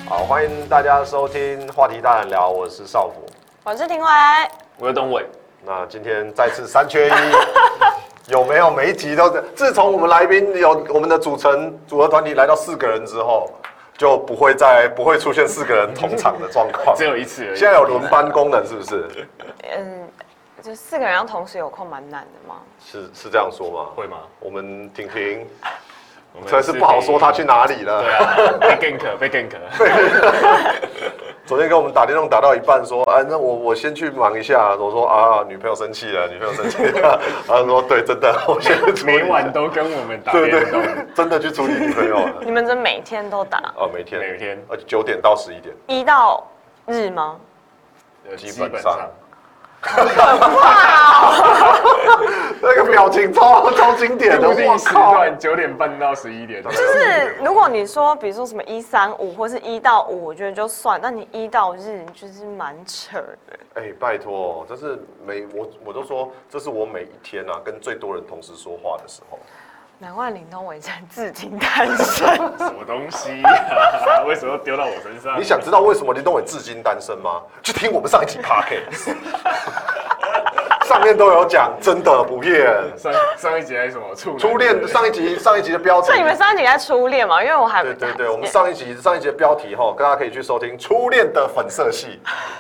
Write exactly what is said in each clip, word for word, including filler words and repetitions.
好，欢迎大家收听话题大人聊，我是少辅， 我是庭伟， 我是东伟。 那今天再次三缺一，有没有每一集都？自从我们来宾有我们的组成组合团体来到四个人之后，就不会再不会出现四个人同场的状况， 只有一次而已。 现在有轮班功能是不是？ 嗯，就四个人要同时有空，蛮难的嘛。 是是这样说吗？ 会吗？ 我们婷婷。 我真是不好说他去哪里了。 对啊，被 gank， 被 gank。 昨天跟我们打电话打到一半，说，啊，那我我先去忙一下。我说啊，女朋友生气了，女朋友生气了。他说对，真的，我先去处理。 每晚都跟我们打电话， 对对，真的去处理女朋友了。 你们真每天都打？ 哦，每天， 每天， 呃，九点到十一点。 一到日吗？ 基本上。 好可怕哦！ 那个表情超超经典的， 固定时段九点半到十一点。 就是如果你说，比如说什么一三五或是一到五，我觉得就算。那你一到日就是蛮扯的。 哎、欸，拜托，这是每我我都说，这是我每一天啊跟最多人同时说话的时候。 难怪林东伟在至今单身。 什么东西啊？为什么丢到我身上？ 你想知道为什么林东伟至今单身吗？去听我们上一集 podcast， 上面都有讲，真的不骗。 上上一集还是什么初初恋？上一集上一集的标题。 所以你们上一集在初恋嘛？因为我还对对对，我们上一集上一集的标题哈，大家可以去收听《初恋的粉色系》。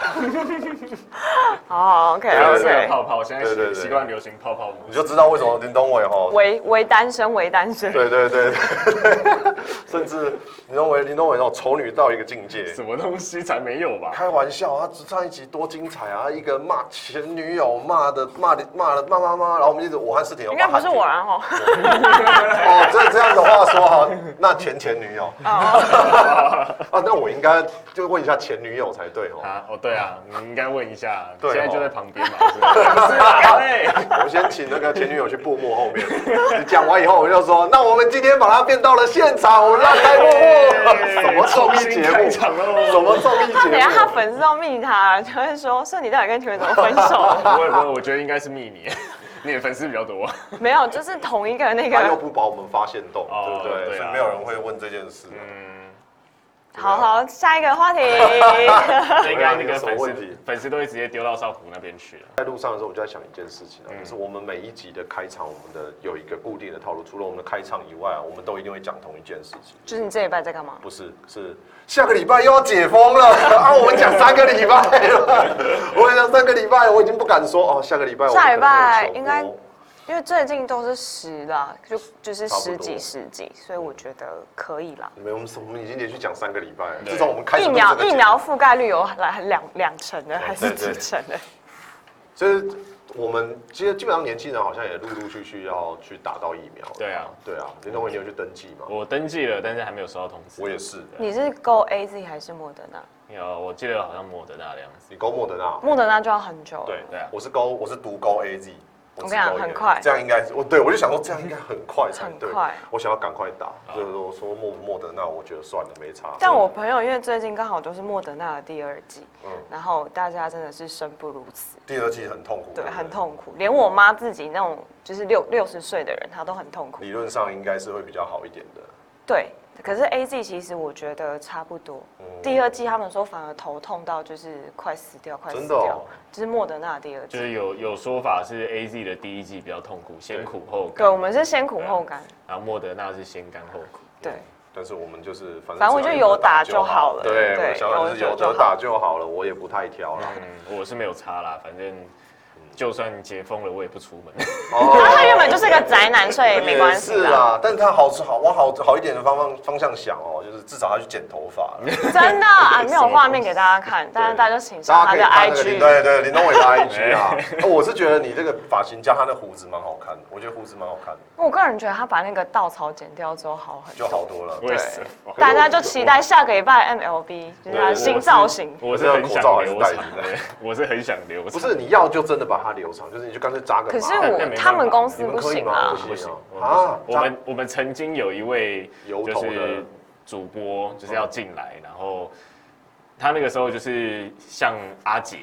哦 ，OK OK。泡泡，现在习惯流行泡泡模式， 你就知道为什么林东伟哈为为单身为单身。 对对对对，甚至林东伟林东伟那种丑女到一个境界。 什么东西才没有吧？ 开玩笑，他上一集多精彩啊！一个骂前女友，骂的骂的骂的骂骂骂，然后我们一直我和世廷应该不是我啊哈。 哦，这这样的话说哈，那前前女友啊，那我应该就问一下前女友才对哦。 啊，哦对啊，你应该问一下， 对， 现在就在旁边嘛。是啊， 我先请那个前女友去布幕后面。你讲完以后，我就说，那我们今天把它变到了现场，我们让开幕幕。什么综艺节目？什么综艺节目？ 等一下他粉丝要密他，就会说：“是你到底跟庭伟怎么分手？” 不会不会，我觉得应该是秘密。你的粉丝比较多。 没有，就是同一个那个。 他又不把我们发现动， 哦、 对不对？ 对啊、 所以没有人会问这件事。 嗯。 好好，下一个话题。 应该那个粉丝粉丝都会直接丢到少辅那边去了。 在路上的时候，我就在想一件事情啊，嗯、就是我们每一集的开场，我们的有一个固定的套路，除了我们的开场以外啊，我们都一定会讲同一件事情。 就是你这礼拜在干嘛？ 不是，是下个礼拜又要解封了啊！我们讲三个礼拜了，我们讲三个礼拜，我已经不敢说哦，下个礼拜我下礼拜应该。因为最近都是十啦，就就是十几十几，所以我觉得可以啦。 没有，我们我们已经连续讲三个礼拜了。自从我们开始疫苗疫苗覆盖率有来两两成的，还是几成的？ 所以我们其实基本上年轻人好像也陆陆续续要去打到疫苗。 对啊， 对啊，林东伟你有去登记吗？ 我登记了，但是还没有收到通知。 我也是。 你是勾 A Z 还是莫德纳？ 有，我记得好像莫德纳的样子。 你勾莫德纳？ 莫德纳就要很久了。 对对啊， 我是勾我是独勾 A Z。 我跟你讲，很快， 这样应该我对我就想说这样应该很快才对， 很快， 我想要赶快打，所以我说莫不莫德纳，我觉得算了，没差。 但我朋友因为最近刚好都是莫德纳的第二季，嗯，然后大家真的是生不如死。 第二季很痛苦， 对，很痛苦，连我妈自己那种就是六六十岁的人，她都很痛苦。 理论上应该是会比较好一点的。 对。可是 A Z 其实我觉得差不多，嗯、第二季他们说反而头痛到就是快死掉，快死掉，哦、就是莫德纳第二季。 就是有有说法是 A Z 的第一季比较痛苦，先苦后甘。 对，我们是先苦后甘， 然后莫德纳是先甘后苦。 对。 但是我们就是反正反正我就有打就好了。 对，我想法是有得打就好了，我也不太挑了。 嗯，我是没有差啦，反正。就算解封了，我也不出门。 哦，他原本就是个宅男，所以没关系。 是啦，但他好好往好好一点的方方方向想哦，就是至少他去剪头发。 真的啊，没有画面给大家看，但是大家就请上他的 I G。 对对，林东伟的 I G 啊，我是觉得你这个发型加他的胡子蛮好看的，我觉得胡子蛮好看的。 我个人觉得他把那个稻草剪掉之后好很多，就好多了。 对， 大家就期待下个礼拜 M L B 就是他的新造型。 我是很想留长，我是很想留长。 不是你要就真的把它留长，就是你就干脆扎个。 可是我他们公司不行啊， 不行啊。我们我们曾经有一位就是主播就是要进来，然后他那个时候就是像阿杰，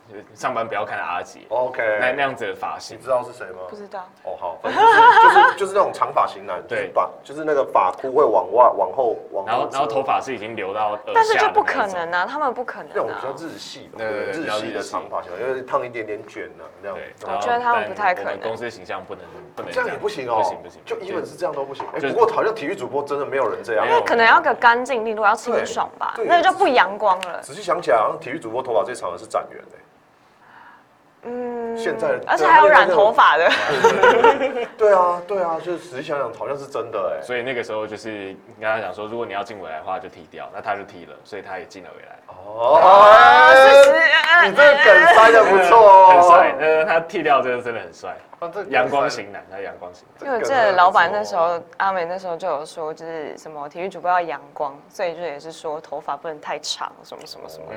上班不要看阿杰 ，OK， 那那样子的发型， 你知道是谁吗？ 不知道。 哦，好，反正就是就是就是那种长发型男，对，把就是那个发箍会往外往后往后， 然后然后头发是已经留到耳下， 但是就不可能啊，他们不可能、啊。 那种比较日系吧，日系的长发型，因为烫一点点卷啊，这样。 我觉得他们不太可能。 公司的形象不能不能这样也不行哦， 不行不行， 就even是这样都不行。哎，不过好像体育主播真的没有人这样， 因为可能要个干净利落，要清爽吧，那就不阳光了。 仔细想起来，好像体育主播头发最长的是展元诶。 嗯， 现在而且还有染头发的。 对啊，对啊，就是仔细想想，好像是真的哎。 所以那个时候就是跟他讲说，如果你要进回来的话，就剃掉，那他就剃了，所以他也进了回来。 哦，你这个梗塞的不错哦， 很帅。呃，他剃掉这个真的很帅，阳光型男，他阳光型男。 因为我记得老板那时候，阿美那时候就有说，就是什么体育主播要阳光，所以就也是说头发不能太长，什么什么什么的。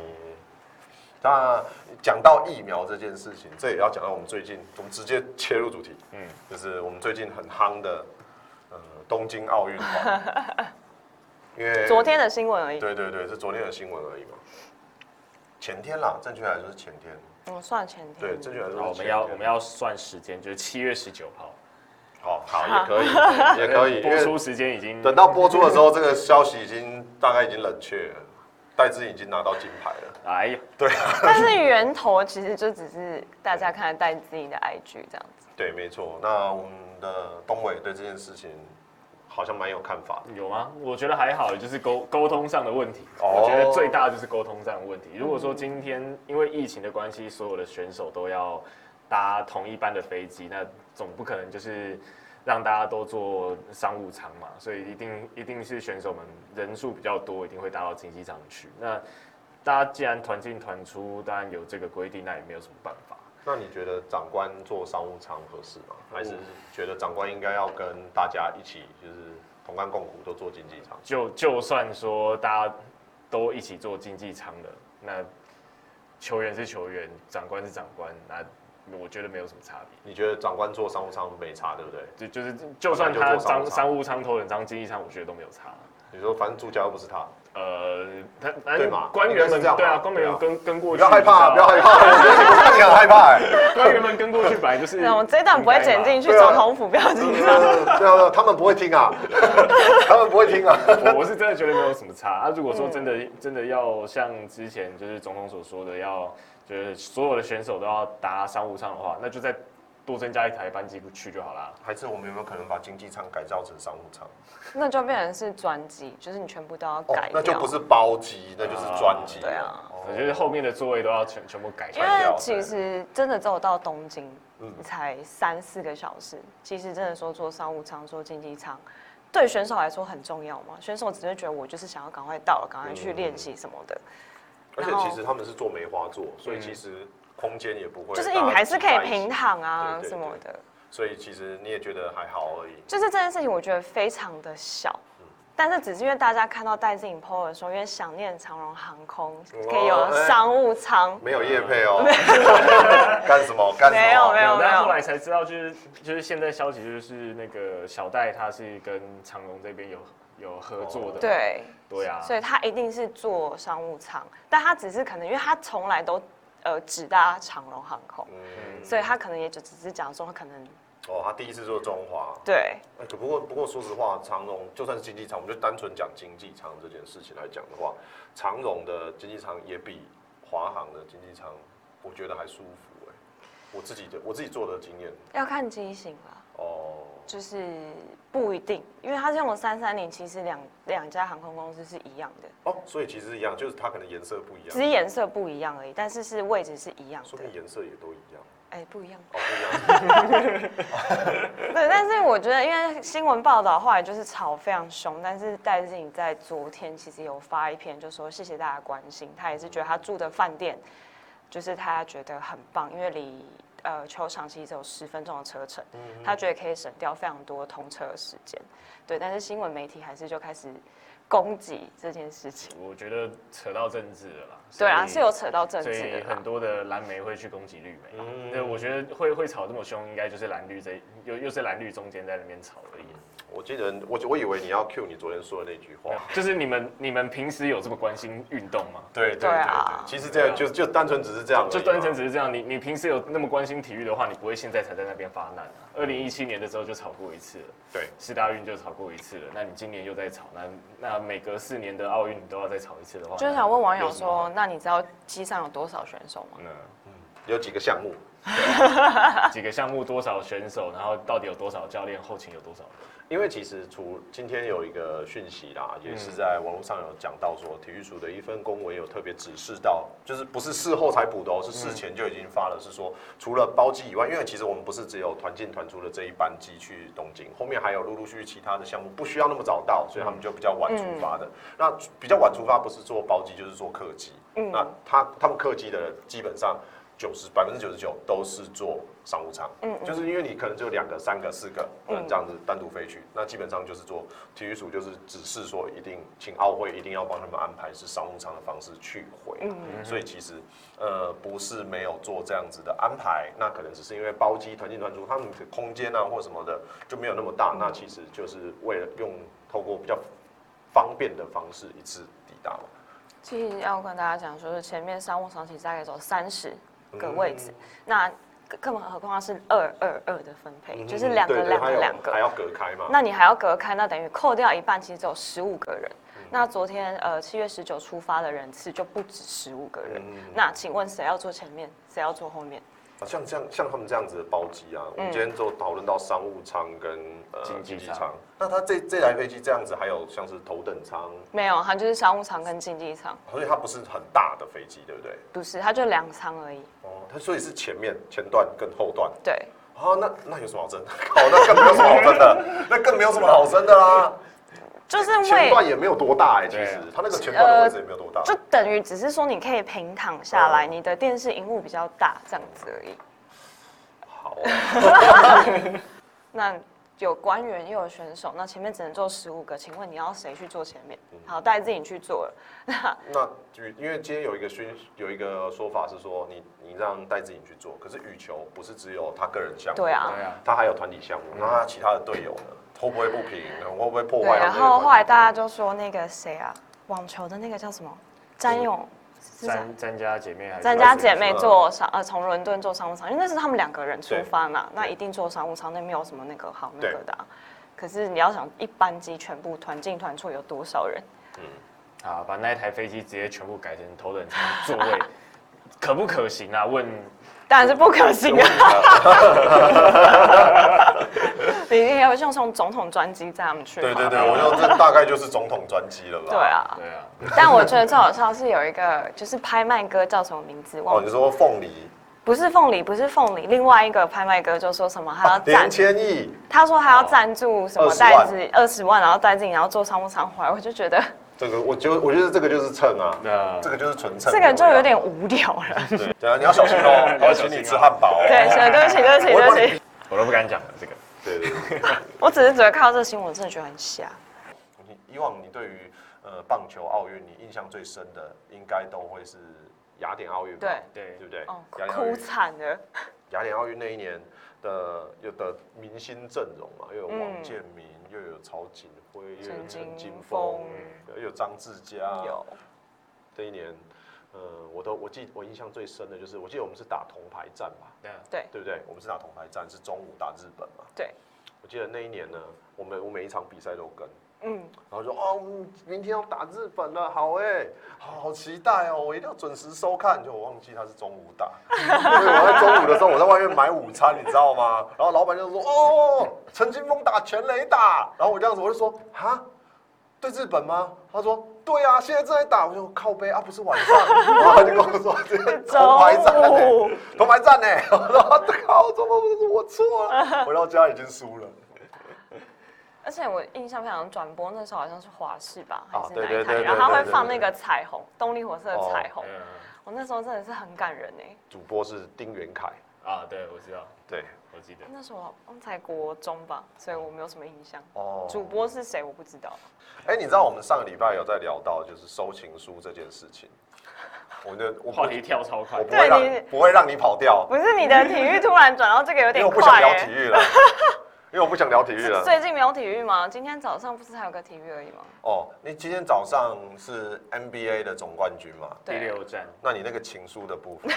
那讲到疫苗这件事情，这也要讲到我们最近，我们直接切入主题，嗯，就是我们最近很夯的，呃，东京奥运会，因为昨天的新闻而已。 对对对，是昨天的新闻而已嘛。前天啦，正确来说是前天。 嗯，算前天。 对，正确来说是前天。 我们要我们要算时间，就是七月十九号。 好，好，也可以，也可以。 播出时间已经等到播出的时候，这个消息已经大概已经冷却了。戴资颖已经拿到金牌了， 哎呀， 对啊。但是源头其实就只是大家看戴资颖的 I G 这样子。 对，没错。那我们的东伟对这件事情好像蛮有看法的。 有吗？我觉得还好，就是沟沟通上的问题。哦、我觉得最大就是沟通上的问题。如果说今天因为疫情的关系，所有的选手都要搭同一班的飞机，那总不可能就是让大家都坐商务舱嘛，所以一定一定是选手们人数比较多，一定会搭到经济舱去。那大家既然团进团出，当然有这个规定，那也没有什么办法。 那你觉得长官坐商务舱合适吗？还是觉得长官应该要跟大家一起，就是同甘共苦，都坐经济舱？ 就就算说大家都一起坐经济舱的，那球员是球员，长官是长官，那我觉得没有什么差别。 你觉得长官坐商务舱没差，对不对？ 就就是就算他商商务舱、头等舱、经济舱，我觉得都没有差。 你说反正主角又不是他。 呃，他反正官员们对啊，官员跟跟过去， 不要害怕，不要害怕，我觉得我看你很害怕哎。 官员们跟过去本来就是， 我这一段不会剪进去，总统府不要紧张。 对啊，他们不会听啊，他们不会听啊。 我我是真的觉得没有什么差啊。如果说真的真的要像之前就是总统所说的，要就是所有的选手都要搭商务舱的话，那就在。多增加一台班机去就好啦。 还是我们有没有可能把经济舱改造成商务舱？ 那就变成是专机，就是你全部都要改、哦。 那就不是包机，那就是专机、啊。 对啊， 我觉得后面的座位都要全全部改掉。 因为其实真的只有到东京，嗯、才三四个小时。其实真的说坐商务舱、坐经济舱，对选手来说很重要嘛。选手只是觉得我就是想要赶快到了，赶快去练习什么的。 而且其实他们是坐梅花座，所以其实。空间也不会， 就是你还是可以平躺啊什么的， 所以其实你也觉得还好而已。 就是这件事情，我觉得非常的小，嗯、但是只是因为大家看到戴资颖 P O 的时候，因为想念长荣航空可以有商务舱， 没有业配哦，干什么干什么？ 没有没有没有。 但后来才知道，就是就是现在消息就是那个小戴他是跟长荣这边有有合作的， 对对啊， 所以他一定是坐商务舱，但他只是可能因为他从来都。呃，只搭长荣航空，嗯、所以他可能也就只是讲说，他可能哦，他第一次做中华， 对。 哎，不过不过说实话，长荣就算是经济舱，我们就单纯讲经济舱这件事情来讲的话，长荣的经济舱也比华航的经济舱，我觉得还舒服哎。我自己的我自己做的经验， 要看机型啦。 哦。 就是不一定，因为它是用的三三零，其实两两家航空公司是一样的。 哦，所以其实是一样，就是它可能颜色不一样， 只是颜色不一样而已，但是是位置是一样的。 说明颜色也都一样。 哎、欸，不一样。 哦，不一样。 对，但是我觉得，因为新闻报道后来就是吵非常凶，但是戴资颖在昨天其实有发一篇，就说谢谢大家关心，他也是觉得他住的饭店，就是他觉得很棒，因为离。呃，球场其实只有十分钟的车程，嗯、他觉得可以省掉非常多通车的时间，对。但是新闻媒体还是就开始攻击这件事情。 我觉得扯到政治了啦。 对啊，是有扯到政治的。 所以很多的蓝媒会去攻击绿媒。嗯，那我觉得会会吵这么凶，应该就是蓝绿这又又是蓝绿中间在那边吵而已。 我记得我我以为你要 cue 你昨天说的那句话， 就是你们你们平时有这么关心运动吗？ 对对对对，其实这样就就单纯只是这样， 就单纯只是这样。你你平时有那么关心体育的话，你不会现在才在那边发难啊。二零一七年的时候就吵过一次了， 对， 世大运就吵过一次了。那你今年又在吵，那那每隔四年的奥运你都要再吵一次的话， 就是想问网友说，那你知道机上有多少选手吗？ 嗯，有几个项目， 几个项目多少选手，然后到底有多少教练，后勤有多少人？ 因为其实除今天有一个讯息啦，也是在网络上有讲到说，体育署的一份公文有特别指示到，就是不是事后才补的哦，是事前就已经发了，是说除了包机以外，因为其实我们不是只有团进团出的这一班机去东京，后面还有陆陆续续其他的项目不需要那么早到，所以他们就比较晚出发的。嗯、那比较晚出发不是做包机就是做客机，嗯、那他他们客机的人基本上。九十百分之九十九都是做商务舱，嗯，就是因为你可能只有两个、三个、四个，嗯，这样子单独飞去，那基本上就是做体育署就是指示说，一定请奥会一定要帮他们安排是商务舱的方式去回，嗯，所以其实呃不是没有做这样子的安排，那可能只是因为包机团进团出，他们的空间啊或什么的就没有那么大，那其实就是为了用透过比较方便的方式一次抵达嘛。 其实要跟大家讲说，是前面商务舱其实大概走三十。个位置，嗯、那更何况它是二二二的分配，嗯、就是两个两个两个， 还要隔开嘛？ 那你还要隔开，那等于扣掉一半，其实只有十五个人。嗯、那昨天呃七月十九出发的人次就不止十五个人。嗯、那请问谁要坐前面，谁要坐后面？ 像这样像他们这样子的包机啊，我们今天就讨论到商务舱跟呃经济舱。那它这这台飞机这样子，还有像是头等舱？ 没有，它就是商务舱跟经济舱。 所以它不是很大的飞机，对不对？ 不是，它就两舱而已。 哦，它所以是前面前段跟后段。 对。 哦，那那有什么好争的？靠，那更没有什么好争的，那更没有什么好争的啦。 就是前段也没有多大哎、欸，其实它那个前段的位置也没有多大，呃、 就等于只是说你可以平躺下来，嗯、你的电视荧幕比较大这样子而已。 好、啊， 那有官员又有选手，那前面只能坐十五个，请问你要谁去坐前面？好，戴资颖去坐了。 那那因为今天有一个讯有一个说法是说，你你让戴资颖去做，可是羽球不是只有他个人项目， 对啊， 他还有团体项目，那他其他的队友呢？会不会不平？会不会破坏？ 对，然后后来大家就说那个谁啊，网球的那个叫什么？詹勇。 詹詹家姐妹还是詹家姐妹坐商呃从伦敦坐商务舱，因为那是他们两个人出发嘛，那一定坐商务舱，那没有什么那个好那个的、啊。可是你要想一班机全部团进团出有多少人？ 嗯，好，把那一台飞机直接全部改成头等舱座位，可不可行啊？问， 当然是不可行啊！你要像从总统专机载他们去？ 对对对，我就这大概就是总统专机了吧？ 对啊， 对啊。 但我觉得最好笑是有一个，就是拍卖哥叫什么名字？忘了。 哦，你说凤梨？ 不是凤梨，不是凤梨，另外一个拍卖哥就说什么他要连千亿， 他说他要赞助什么袋子二十万，然后带进，然后做商务舱回来，我就觉得。 这个我觉得，我觉得这个就是蹭啊，这个就是纯蹭。 这个就有点无聊了。 对，对啊，你要小心哦，我要请你吃汉堡。 对，对不起，对不起，对不起。 我都不敢讲了，这个。 对对对。 我只是觉得看到这个新闻，我真的觉得很瞎。 你以往你对于呃棒球奥运，你印象最深的应该都会是雅典奥运吧？ 对对对不对？ 哦，哭惨了。 雅典奥运那一年的有的明星阵容嘛，又有王建民，嗯、又有曹锦辉，又有陈金锋，又有张志佳。 有。 这一年，呃，我都我记我印象最深的就是，我记得我们是打铜牌战吧？ 对。 对不对？我们是打铜牌战，是中午打日本嘛？ 对。 我记得那一年呢，我们我每一场比赛都跟。嗯，然后说哦，明天要打日本了，好哎，好好期待哦，我一定要准时收看。就我忘记他是中午打，所以我在中午的时候我在外面买午餐，你知道吗？然后老板就说哦，陈金锋打全垒打，然后我这样子我就说哈，对日本吗？他说对啊，现在正在打。我就靠背啊，不是晚上，然后他就跟我说这个铜牌战呢，铜牌战呢，我说靠，怎么不是我错了？回到家已经输了。 而且我印象非常转播，那时候好像是华视吧，还是哪一台？然后他会放那个彩虹，动力火车的彩虹。我那时候真的是很感人哎。 主播是丁元凯啊，对，我知道， 对， 我记得。 那时候好像才国中吧，所以我没有什么印象。哦。主播是谁我不知道。 哎，你知道我们上个礼拜有在聊到就是收情书这件事情。我的话题跳超快， 我不会让不会让你跑掉。 不是你的体育突然转到这个有点快， 因为我不想聊体育了。 因为我不想聊体育了。 最近没有体育吗？今天早上不是还有个体育而已吗？ 哦，你今天早上是 N B A 的总冠军嘛？ 第六站。 那你那个情书的部分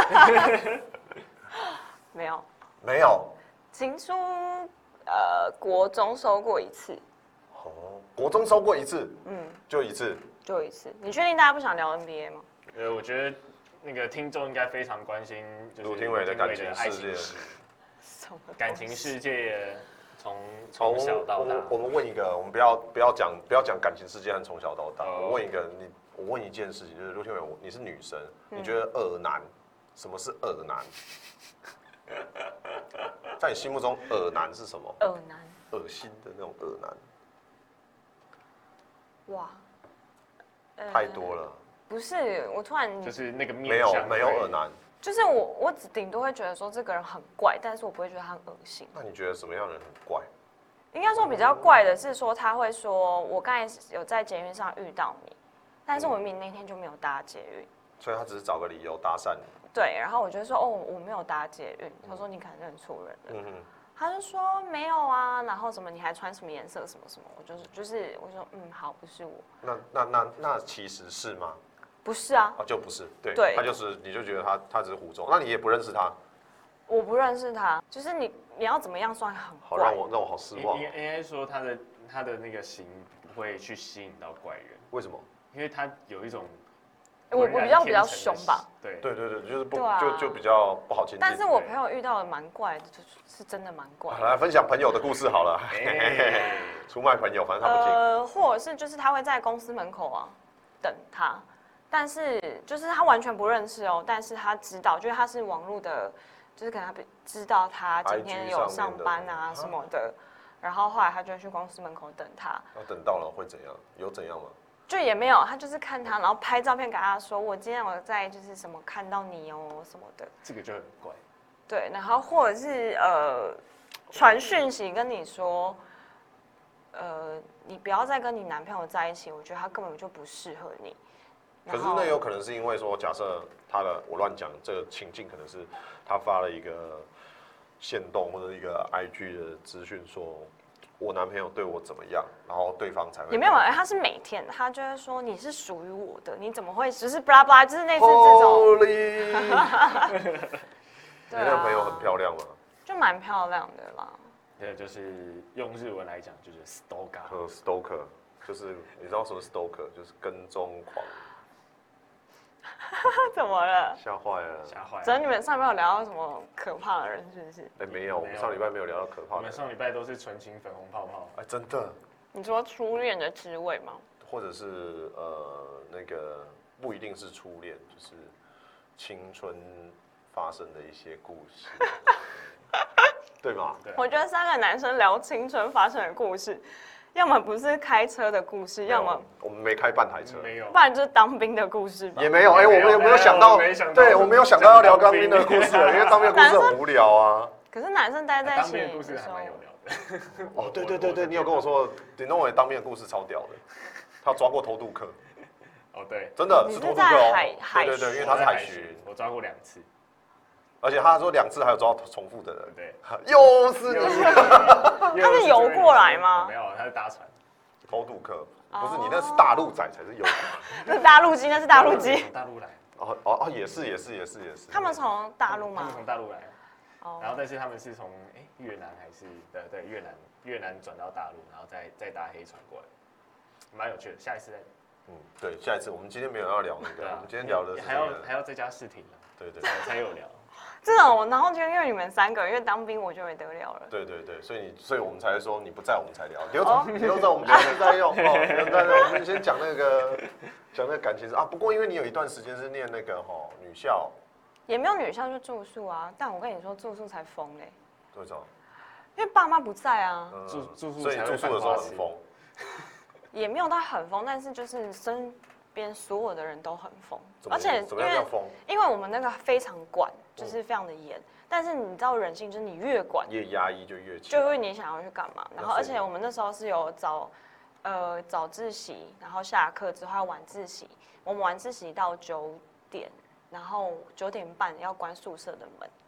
没有， 没有。 情书呃，国中收过一次。 哦，国中收过一次， 嗯， 就一次， 就一次。你确定大家不想聊 N B A 吗？ 呃，我觉得那个听众应该非常关心，就是卢廷伟的感情爱世界。 什么感情世界从从从小到大， 我们问一个，我们不要不要讲不要讲感情世界和从小到大。 哦我问一个，你我问一件事情，就是卢廷伟，你是女生，你觉得恶男？什么是恶男？在你心目中，恶男是什么？ 恶男， 恶心的那种恶男。 哇，呃太多了。 不是，我突然就是那个面没有相没有会恶男。 就是我我只顶多会觉得说这个人很怪，但是我不会觉得他很恶心。 那你觉得什么样的人很怪？ 应该说比较怪的是说他会说，我刚才有在捷运上遇到你，但是我明明那天就没有搭捷运， 所以他只是找个理由搭讪你。 对，然后我就说哦我没有搭捷运，他说你可能认错人了， 嗯哼。 他就说没有啊，然后什么你还穿什么颜色什么什么，我就是就是我说嗯好不是我， 那那那那其实是吗？ 不是啊， 哦，就不是，对， 对他就是你就觉得他他只是胡诌，那你也不认识他， 我不认识他，就是你你要怎么样算很好怪？ 让我让我好失望应。应该说他的他的那个型不会去吸引到怪人， 为什么？ 因为他有一种我我比较比较凶吧， 对对对对，就是不、 对啊就就比较不好亲近。 但是我朋友遇到的蛮怪的，就是真的蛮怪的。 来分享朋友的故事好了， 哎出卖朋友，反正他不听。 呃，或者是就是他会在公司门口啊等他，但是就是他完全不认识哦，但是他知道，就是他是网络的，就是可能他知道他今天有上班啊什么的，然后后来他就去公司门口等他。 那等到了会怎样？有怎样吗？ 就也没有，他就是看他，然后拍照片给他说，我今天我在就是什么看到你哦什么的。 这个就很怪。 对，然后或者是呃传讯息跟你说，呃你不要再跟你男朋友在一起，我觉得他根本就不适合你。 可是那有可能是因为说，假设他的我乱讲，这个情境可能是他发了一个限动或者一个 I G 的资讯说。我男朋友对我怎么样，然后对方才会也没有，哎，他是每天，他就会说你是属于我的，你怎么会只是巴拉巴拉，就是类似这种。 你那个朋友很漂亮吗？ 就蛮漂亮的啦。 对，就是用日文来讲，就是 stalker。 和 stalker 就是你知道什么 stalker 就是跟踪狂。 怎么了？ 吓坏了， 吓坏了。 只有你们上面有聊到什么可怕的人，是不是？ 哎、欸，没有，我们上礼拜没有聊到可怕的。 我们上礼拜都是纯情粉红泡泡。 哎、欸，真的。 你说初恋的滋味吗？ 或者是呃，那个不一定是初恋，就是青春发生的一些故事，对吗？ 对。 我觉得三个男生聊青春发生的故事。要么不是开车的故事，要么我们没开半台车， 没有， 不然就是当兵的故事吧。 也没有，哎、欸，我们有没有想到？对，我没有想到要聊当兵的故事，因为当兵的故事很无聊啊。 可是男生待在一起， 当兵的故事还蛮有聊的。 哦，对对对对，你有跟我说，林东伟当兵的故事超屌的，他抓过偷渡客。 哦，对， 真的是偷渡客哦。 海对对对，因为他是海巡， 我抓过两次。 而且他说两次还有抓到重复的人， 对， 又是你， 他是游过来吗？ 没有，他是搭船。 偷渡客不是你，那是大陆仔才是游。 那是大陆机，那是大陆机。 从大陆来。 哦哦哦，也是也是也是也是。 他们从大陆吗？ 他们从大陆来。 哦。 然后，但是他们是从哎越南还是对对越南越南转到大陆，然后再再搭黑船过来，蛮有趣的。下一次再。 嗯，对，下一次我们今天没有要聊那个，我们今天聊的还要还要再加试听对对， 才有聊。 这种，然后就因为你们三个，因为当兵我就没得聊了。 对对对，所以你，所以我们才说你不在，我们才聊。刘总，刘总，我们今天在用哦，在在，我们先讲那个讲那个感情事啊。不过因为你有一段时间是念那个哈女校， 也没有女校就住宿啊。但我跟你说，住宿才疯嘞。 为什么？ 因为爸妈不在啊。 住住宿， 所以你住宿的时候很疯。 也没有到很疯，但是就是身边所有的人都很疯，而且怎么样叫疯？ 因为我们那个非常管，就是非常的严。但是你知道人性，就是你越管越压抑就越就会你想要去干嘛。然后而且我们那时候是有早呃早自习，然后下课之后还有晚自习。我们晚自习到九点，然后九点半要关宿舍的门。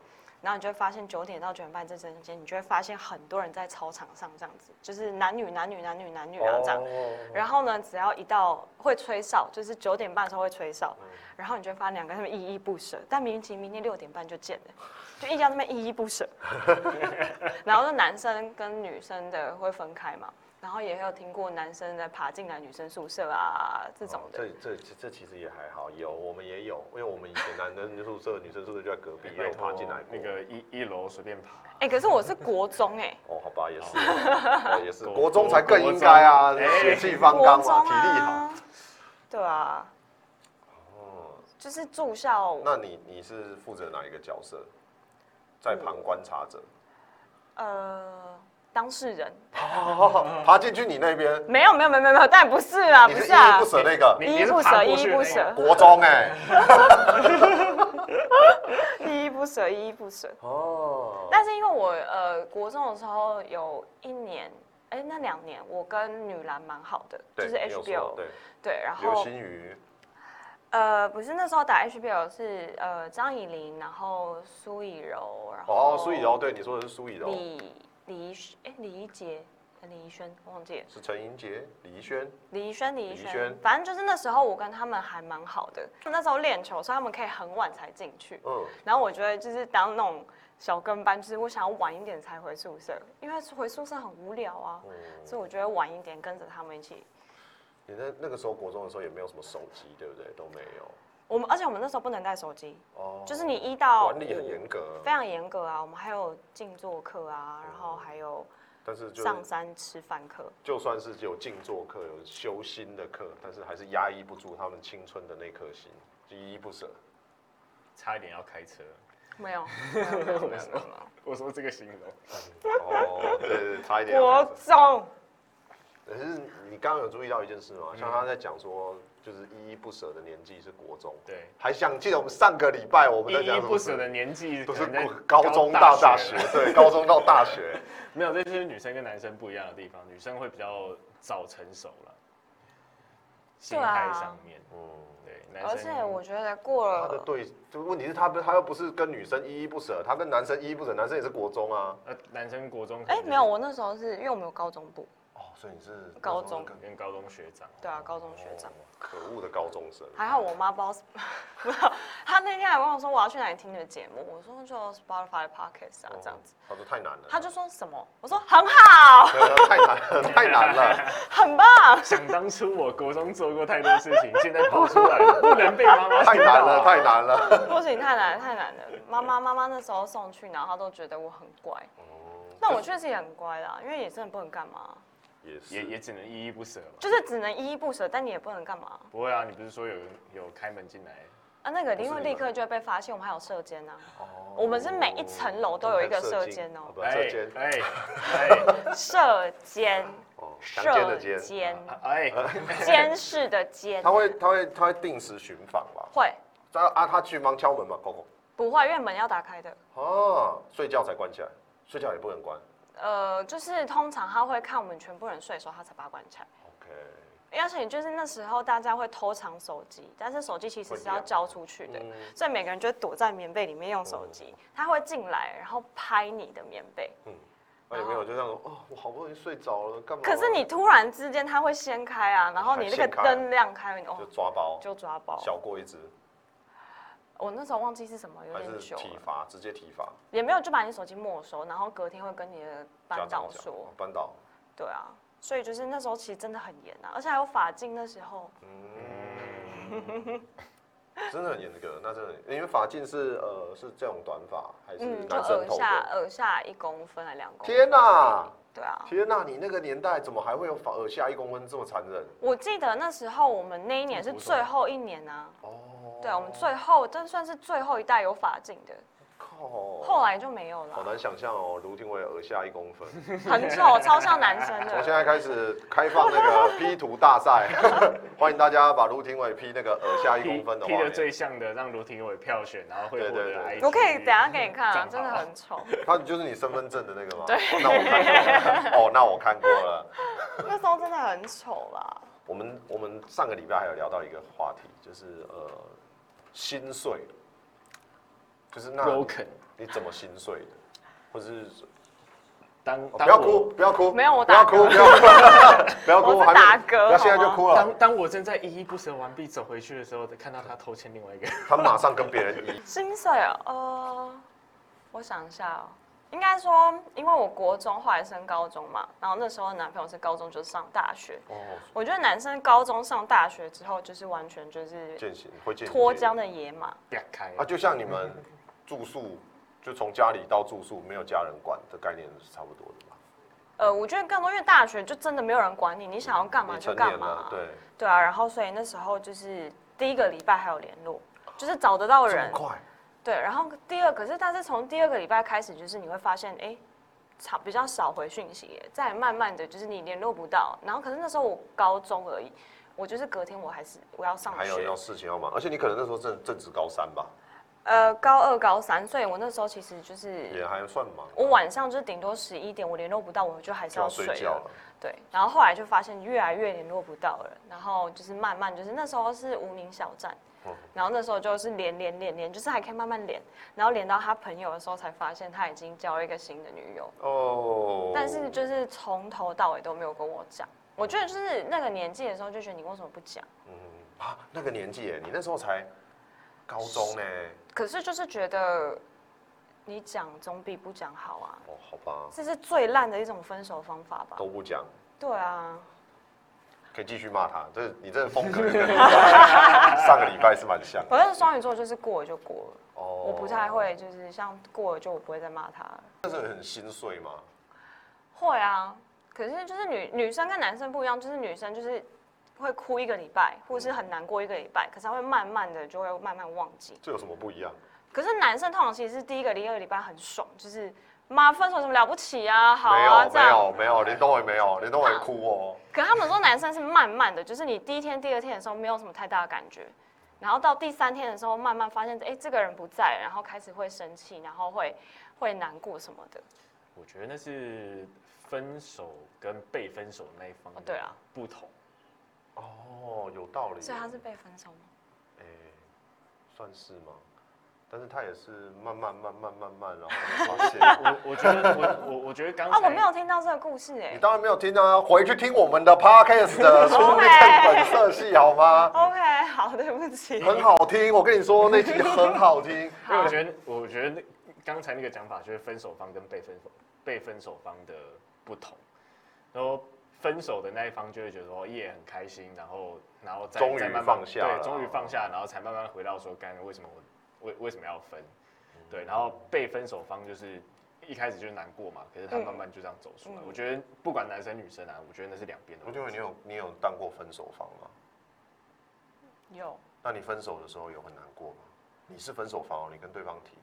然后你就会发现九点到九点半这中间，你就会发现很多人在操场上这样子，就是男女男女男女男女啊这样。 哦然后呢，只要一到会吹哨，就是九点半的时候会吹哨，然后你就会发现两个人他们依依不舍，但明明其实明天六点半就见了，就一家那边依依不舍。然后就男生跟女生的会分开嘛。然后也有听过男生在爬进来女生宿舍啊这种的。 哦、这这这其实也还好，有我们也有，因为我们以前男生宿舍、女生宿舍就在隔壁，也有爬进来过。 那个一一楼随便爬。 哎、欸，可是我是国中哎、欸。 哦，好吧，也是，哦、也是，国中才更应该啊，血气方刚嘛，体力好。 对啊。哦。就是住校。 那你你是负责哪一个角色？在旁观察者。 呃。当事人， 爬进去你那边？ 没有没有没有没有，当然不是啊， 不是啊， 依依不舍那个， 依依不舍，依依不舍， 国中哎， 依依不舍，依依不舍。哦。但是因为我呃国中的时候有一年，哎那两年我跟女篮蛮好的，就是 H B L， 对对，然后刘欣瑜。 呃，不是那时候打 H B L 是呃张以琳，然后苏以柔，然后哦苏以柔，对你说的是苏以柔。 李李怡哎李怡杰。李怡轩，忘记了， 是陈英杰、李怡轩、 李怡轩、李怡轩，反正就是那时候我跟他们还蛮好的。那时候练球，所以他们可以很晚才进去。嗯，然后我觉得就是当那种小跟班，就是我想要晚一点才回宿舍，因为回宿舍很无聊啊，嗯、所以我觉得晚一点跟着他们一起。 你那那个时候国中的时候也没有什么手机，对不对？都没有。 我们而且我们那时候不能带手机，哦，就是你一到管理很严格， 非常严格啊。我们还有静坐课啊，然后还有。 但是就上山吃饭课， 就算是有静坐课、有修心的课，但是还是压抑不住他们青春的那颗心，依依不舍。 差一点要开车， 没有，没有，没有，没有。 我说这个形容， 哦，对对，差一点。 国中。 可是你刚刚有注意到一件事吗？像他在讲说，就是依依不舍的年纪是国中， 对， 还想记得我们上个礼拜我们在讲依依不舍的年纪都是高中到大学，对，高中到大学。 没有，这就是女生跟男生不一样的地方，女生会比较早成熟了，心态上面，嗯，对， 而且我觉得过了， 他的对，就问题是他他又不是跟女生依依不舍，他跟男生依依不舍，男生也是国中啊， 呃，男生国中， 哎，没有，我那时候是因为我们有高中部。 哦，所以你是高中跟高中学长， 对啊，高中学长， 可恶的高中生。 还好我妈不知道，他那天还问我说我要去哪里听你的节目，我说就 Spotify 的 Podcast 啊这样子。 他说太难了。 他就说什么？我说很好。 太难了，太难了， 很棒。 想当初我国中做过太多事情，现在跑出来了，不能被妈妈。 太难了，太难了。 不行，太难了，太难了。妈妈妈妈那时候送去，然后她都觉得我很乖。但我确实也很乖啦，因为也真的不能干嘛。 也也只能依依不舍嘛， 就是只能依依不舍，但你也不能干嘛。 不会啊，你不是说有有开门进来啊？那个因为立刻就会被发现，我们还有舍监啊。哦。我们是每一层楼都有一个舍监哦。 舍监， 哎哎， 舍监， 舍监， 哎， 监视的监。 他会他会他会定时巡访吧？ 会。 啊啊，他去帮敲门吗？扣不会，因为门要打开的。 哦，睡觉才关起来，睡觉也不能关。 呃，就是通常他会看我们全部人睡的时候，他才把它关起来。OK。而且就是那时候大家会偷藏手机，但是手机其实是要交出去的，所以每个人就会躲在棉被里面用手机。他会进来，然后拍你的棉被。嗯。 那有没有就这样说？哦，我好不容易睡着了，干嘛？ 可是你突然之间他会掀开啊，然后你那个灯亮开，哦， 就抓包， 就抓包， 小过一只。 我那时候忘记是什么，有点久了。 体罚，直接体罚。也没有，就把你手机没收，然后隔天会跟你的班导说。 班导。 对啊，所以就是那时候其实真的很严啊，而且还有发禁那时候。嗯。 真的很严格，那真的，因为发禁是呃是这种短发还是嗯， 男生头发？耳下耳下一公分还两公分。 天哪！ 对啊。 天哪，你那个年代怎么还会有耳下一公分这么残忍？ 我记得那时候我们那一年是最后一年啊。哦。对，我们最后，这算是最后一代有发禁的，后来就没有了。 好难想象哦，卢廷伟耳下一公分， 很丑，超像男生的。 从现在开始开放那个 P 图大赛，欢迎大家把卢廷伟 P 那个耳下一公分的 P 的最像的，让卢廷伟票选，然后会获得 I G。 我可以等下给你看啊，真的很丑。 他就是你身份证的那个吗？ 对。 那我看过了。哦，那我看过了。 那时候真的很丑啦。 我们我们上个礼拜还有聊到一个话题，就是呃。心碎， 可是那 broken。 你怎么心碎的？或者是当不要哭，不要哭， 没有我不要哭，不要哭，不要哭， 我是打嗝， 不要现在就哭了。 当当我正在依依不舍完毕走回去的时候，看到他偷牵另外一个人， 他马上跟别人依。 心碎哦，呃，我想一下哦。应该说，因为我国中后来升高中嘛，然后那时候男朋友是高中就上大学。哦。我觉得男生高中上大学之后，就是完全就是践行会践行脱缰的野马。 别开啊，就像你们住宿，就从家里到住宿没有家人管的概念是差不多的吧？ 呃，我觉得更多，因为大学就真的没有人管你，你想要干嘛就干嘛。 对。 对啊，然后所以那时候就是第一个礼拜还有联络，就是找得到人。 这么快。 对，然后第二，可是但是从第二个礼拜开始，就是你会发现，哎，少比较少回讯息，再慢慢的就是你联络不到，然后可是那时候我高中而已，我就是隔天我还是我要上学， 还有要事情要忙，而且你可能那时候正正值高三吧？ 呃，高二高三，所以我那时候其实就是也还算忙。 我晚上就是顶多十一点，我联络不到，我就还是要睡了。 就要睡觉了。 对，然后后来就发现越来越联络不到了，然后就是慢慢就是那时候是无名小站。然后那时候就是连连连连，就是还可以慢慢连，然后连到他朋友的时候才发现他已经交了一个新的女友。哦。但是就是从头到尾都没有跟我讲。我觉得就是那个年纪的时候就觉得你为什么不讲？嗯啊，那个年纪耶，你那时候才高中呢。 可是就是觉得你讲总比不讲好啊。 哦，好吧。 这是最烂的一种分手方法吧？ 都不讲。 对啊。 可以继续骂他，这你这个风格跟上个礼拜是蛮像的。 我觉得双鱼座就是过了就过了，哦，我不太会，就是像过了就我不会再骂他了。 那时候很心碎吗？ 会啊，可是就是女女生跟男生不一样，就是女生就是会哭一个礼拜，或是很难过一个礼拜，可是他会慢慢的就会慢慢忘记。 这有什么不一样？ 可是男生通常其实是第一个、第二个礼拜很爽，就是妈分手什么了不起啊，好啊这样。 没有没有没有，林东伟没有，林东伟哭哦。 可他们说男生是慢慢的，就是你第一天、第二天的时候没有什么太大的感觉，然后到第三天的时候慢慢发现，哎，这个人不在，然后开始会生气，然后会会难过什么的。 我觉得那是分手跟被分手的那一方哦，对啊， 不同。 哦，有道理。 所以他是被分手吗？ 哎，算是吗？但是他也是慢慢慢慢慢慢，然后发现。 我我觉得我我我觉得刚才啊，我没有听到这个故事哎。 你当然没有听到啊，回去听我们的 podcast 的初恋本色系好吗 ？OK， 好，对不起。 很好听，我跟你说那集很好听。 因为我觉得我觉得刚才那个讲法就是分手方跟被分手被分手方的不同，然后分手的那一方就会觉得说也很开心，然后然后再终于再慢慢放下了， 对，终于放下，然后才慢慢回到说，刚才为什么我为为什么要分？对，然后被分手方就是一开始就是难过嘛，可是他慢慢就这样走出来。嗯、我觉得不管男生女生啊，我觉得那是两边的。 我觉得你有你有当过分手方吗？ 有。 那你分手的时候有很难过吗？你是分手方哦，你跟对方提，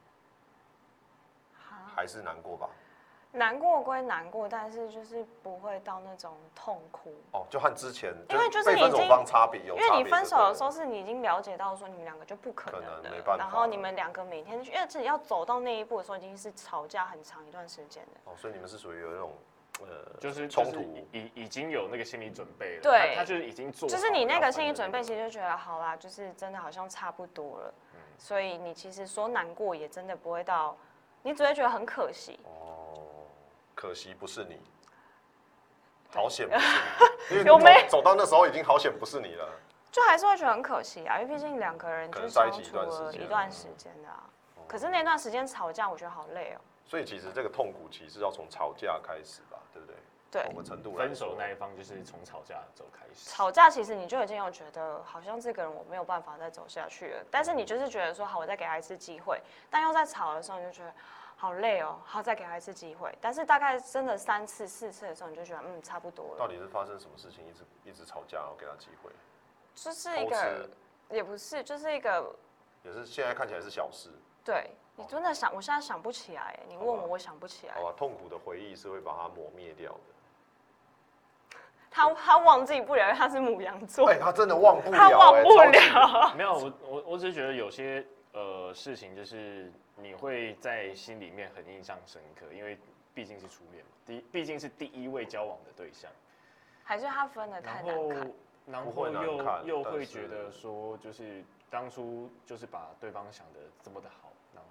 还是难过吧？ 难过归难过，但是就是不会到那种痛哭。 哦，就和之前， 因为就是被分手方差别有差别， 因为你分手的时候是你已经了解到说你们两个就不可能的， 没办法， 然后你们两个每天，因为自己要走到那一步的时候，已经是吵架很长一段时间的。 哦，所以你们是属于有那种呃， 就是冲突， 已已经有那个心理准备了， 对， 他就是已经做， 就是你那个心理准备，其实就觉得好啦，就是真的好像差不多了，嗯、所以你其实说难过也真的不会到，你只会觉得很可惜。哦。 可惜不是你，好险不是你，因为有没走到那时候已经好险不是你了， 就还是会觉得很可惜啊，因为毕竟两个人就相处了一段时间的啊。可是那段时间吵架，我觉得好累哦。 所以其实这个痛苦其实要从吵架开始吧，对不对？ 对， 某个程度分手那一方就是从吵架走开始。 吵架其实你就已经有觉得好像这个人我没有办法再走下去了，但是你就是觉得说好，我再给他一次机会，但又在吵的时候你就觉得。好累哦，好再给他一次机会，但是大概真的三次四次的时候，你就觉得嗯差不多了。 到底是发生什么事情，一直一直吵架，然后给他机会？ 就是一个，也不是，就是一个， 也是现在看起来是小事。 对你真的想，我现在想不起来，你问我，我想不起来。 好吧，痛苦的回忆是会把它抹灭掉的。 他他忘记不了，他是牡羊座。 哎，他真的忘不了， 他忘不了。 没有，我我我只是觉得有些呃事情就是你会在心里面很印象深刻，因为毕竟是初恋嘛，第毕竟是第一位交往的对象。 还是他分的太难看， 然后又又会觉得说，就是当初就是把对方想的这么的好，然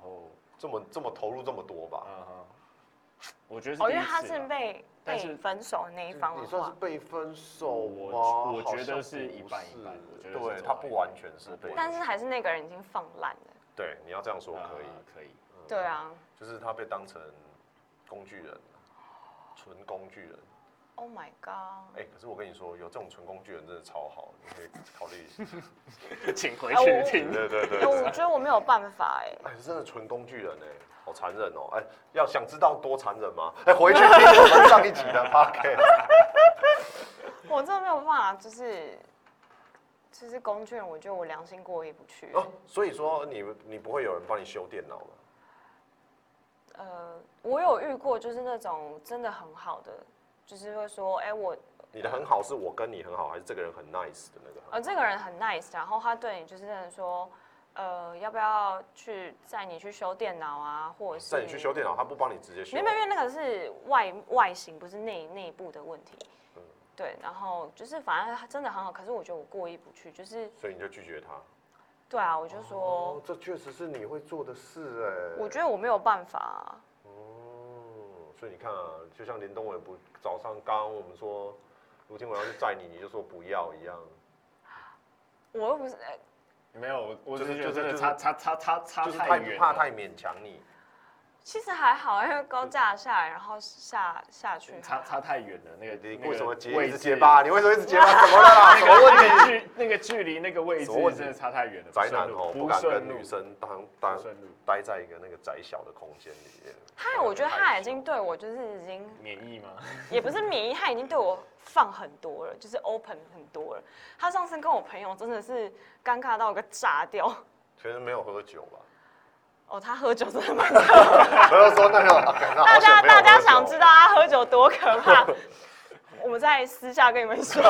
后这么这么投入这么多吧？ 嗯哼，我觉得是哦， 第一次啦。 因为他是被但是被分手的那一方的你算是话， 被分手我吗？ 我觉得好像是一不是半一半我觉得是对， 走到一半他不完全是被， 但是还是那个人已经放烂了。 对，你要这样说可以， 呃可以。 对啊就是他被当成工具人，纯工具人。 ，Oh my god！ 哎、可是我跟你说，有这种纯工具人真的超好，你可以考虑一下。 请回哎我去听。 对对对哎，我对， 觉得我没有办法哎。 哎，真的纯工具人哎，好残忍哦！哎，要想知道多残忍吗？哎，回去听我们上一集的 podcast。 我真的没有办法，就是就是工具人，我觉得我良心过意不去。 哦，所以说你你不会有人帮你修电脑吗？ 呃，我有遇过，就是那种真的很好的，就是会说，哎，我你的很好是我跟你很好，还是这个人很 nice 的那个很好？ 呃这个人很 nice，然后他对你就是真的说，呃，要不要去载你去修电脑啊，或者是带你去修电脑，他不帮你直接修。 没有，因为那个是外外形，不是内内部的问题。 嗯对，然后就是反正他真的很好，可是我觉得我过意不去，就是所以你就拒绝他。 对啊，我就说， 哦，这确实是你会做的事哎。 我觉得我没有办法、啊。 哦，所以你看啊，就像林东伟不早上刚刚我们说卢廷伟要去载你，你就说不要一样。 我又不是，哎没有，我我只就是是觉得真的就是差差差差差就是太太远了。 怕太勉强你。 其实还好，因为高架下来，然后下下去还好， 差差太远了，那个你那个为什么结位置一直结巴？你为什么一直结巴？怎么了啦？什么问题？ 那个距那个距离那个位置什么问题真的差太远了。 宅男哦，不敢跟女生生当当顺路待在一个那个窄小的空间里面。 他我觉得他已经对我就是已经免疫吗？ 也不是免疫，他已经对我放很多了，就是 open 很多了。他上次跟我朋友真的是尴尬到一个炸掉。 其实没有喝酒吧？ 哦，他喝酒真的蛮可怕。 我就说那个， 大家大家想知道他喝酒多可怕，我们在私下跟你们说。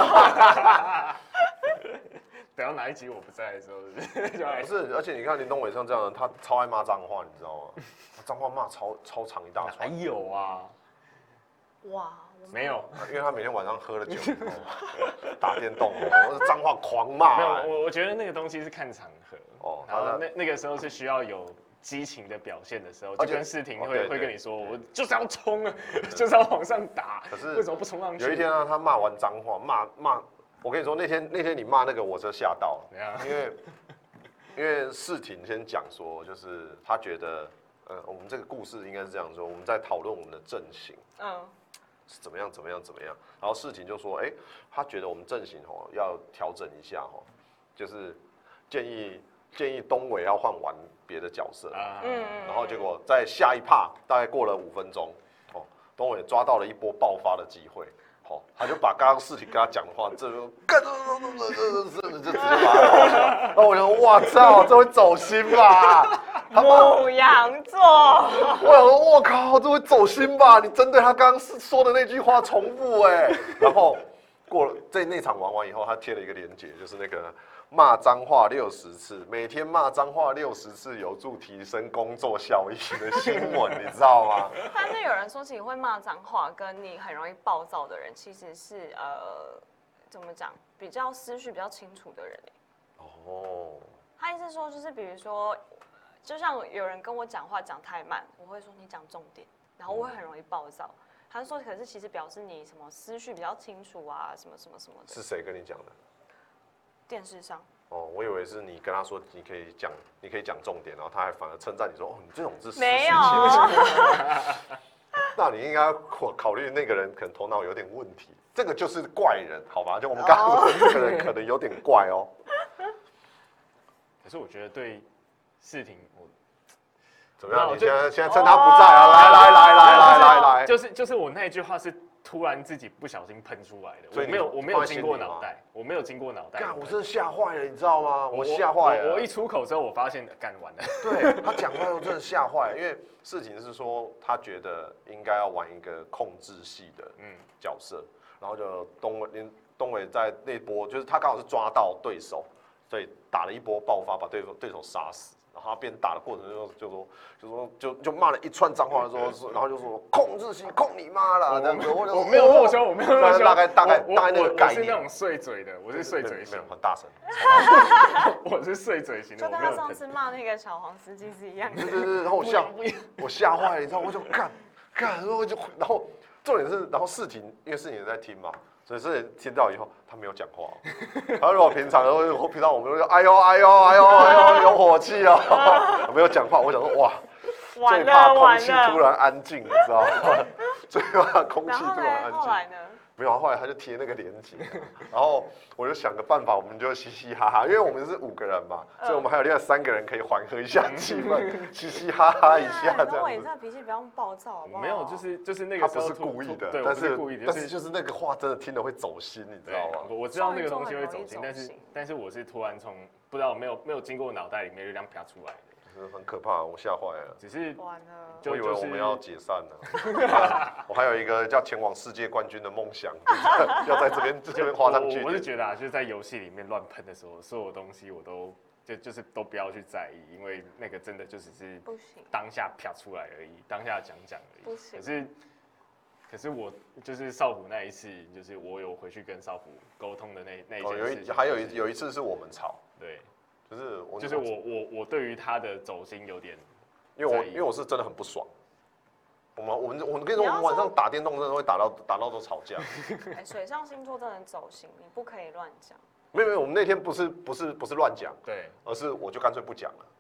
等到哪一集我不在的时候，就来不是，而且你看林东伟像这样的，他超爱骂脏话，你知道吗？他脏话骂超超长一大哪串， 有啊？ 哇， 没有， 因为他每天晚上喝了酒以后打电动哦，脏话狂骂。 没有，我我觉得那个东西是看场合哦然后他那那个时候是需要有激情的表现的时候， 而且就跟世廷哦对会对会跟你说，我就是要冲啊，就是要往上打， 可是为什么不冲上去？ 有一天呢，他骂完脏话，骂骂，我跟你说，那天那天你骂那个，我就吓到了， 怎样？ 因为因为世廷先讲说，就是他觉得，呃，我们这个故事应该是这样说，我们在讨论我们的阵型。 嗯， 是怎么样怎么样怎么样，然后世廷就说，哎、欸，他觉得我们阵型哦要调整一下哦，就是建议建议东伟要换完别的角色， 啊嗯然后结果在下一趴大概过了五分钟，哦，东伟抓到了一波爆发的机会，哦，他就把刚刚世廷跟他讲的话，这就干，就直接把他抛下来，然后我就说，哇操，这会走心吧？ 牡羊座， 我想说，我靠，这会走心吧？你针对他刚刚说的那句话重复哎，然后过了在那场玩完以后，他贴了一个链接，就是那个骂脏话六十次，每天骂脏话六十次有助提升工作效益的新闻，你知道吗？ 但是有人说，其实会骂脏话跟你很容易暴躁的人，其实是呃，怎么讲，比较思绪比较清楚的人。 哦， 他意思说，就是比如说。就像有人跟我讲话讲太慢，我会说你讲重点，然后我会很容易暴躁。他说，可是其实表示你什么思绪比较清楚啊，什么什么什么的。 是谁跟你讲的？ 电视上。 哦，我以为是你跟他说你可以讲，你可以讲重点，然后他还反而称赞你说，哦，你这种是思绪没有。 那你应该考考虑那个人可能头脑有点问题，这个就是怪人，好吧？就我们刚刚说这个人可能有点怪哦。 可是我觉得对。世廷，我怎么样？你就现在现在趁他不在啊，来来来来来来来， 就是就是我那一句话是突然自己不小心喷出来的， 所以我没有我没有经过脑袋，我没有经过脑袋。 干，我真的吓坏了，你知道吗？我吓坏了。 我一出口之后，我发现干完了。 对他讲话，我真的吓坏了，因为事情是说他觉得应该要玩一个控制系的角色，然后就东伟东伟在那波就是他刚好是抓到对手，所以打了一波爆发，把对手对手杀死。 然后他边打的过程中就说就说就就骂了一串脏话，说说然后就说控制系控你妈啦这样子，我我没有弱凶，我没有弱凶， 大概大概我大概那个概念， 我是那种碎嘴的，我是碎嘴型， 很大声， 我是碎嘴型的， 就跟他上次骂那个小黄司机是一样的。 对对对，然后我吓我吓坏了，你知道，我就干干，然后我就然后重点是，然后世婷因为世婷也在听嘛。所以是听到以后，他没有讲话、哦。他如果平常，然后平常我们就哎呦哎呦哎呦哎呦有火气哦，没有讲话。我想说哇，最怕空气突然安静，你知道吗？最怕空气突然安静。 后来呢？ 没有，后来他就贴那个链接，然后我就想个办法，我们就嘻嘻哈哈，因为我们是五个人嘛，所以我们还有另外三个人可以缓和一下气氛，嘻嘻哈哈一下这样子。 我也这样脾气不要暴躁，好不好？ 没有，就是就是那个他不是故意的， 对， 但是故意的， 但是就是那个话真的听了会走心，你知道吗？ 我我知道那个东西会走心，但是但是我是突然从不知道没有没有经过脑袋里面就这样啪出来的。 很可怕，我吓坏了。 只是完了， 我以为我们要解散了。我还有一个叫前往世界冠军的梦想，就是要在这边这边画上句点。 我是觉得啊，就是在游戏里面乱喷的时候，所有东西我都就就是都不要去在意，因为那个真的就只是不行， 当下啪出来而已，当下讲讲而已。 不行。 可是可是我就是少辅那一次，就是我有回去跟少辅沟通的那那一件事、 哦、有一还有一有一次是我们吵， 对。 就是我， 就是我我我对于他的走心有点， 因为我因为我是真的很不爽。我们我们我们跟你说，我们晚上打电动真的会打到打到都吵架。 哎，水象星座真的走心，你不可以乱讲。 没有没有，我们那天不是不是不是乱讲， 对， 而是我就干脆不讲了。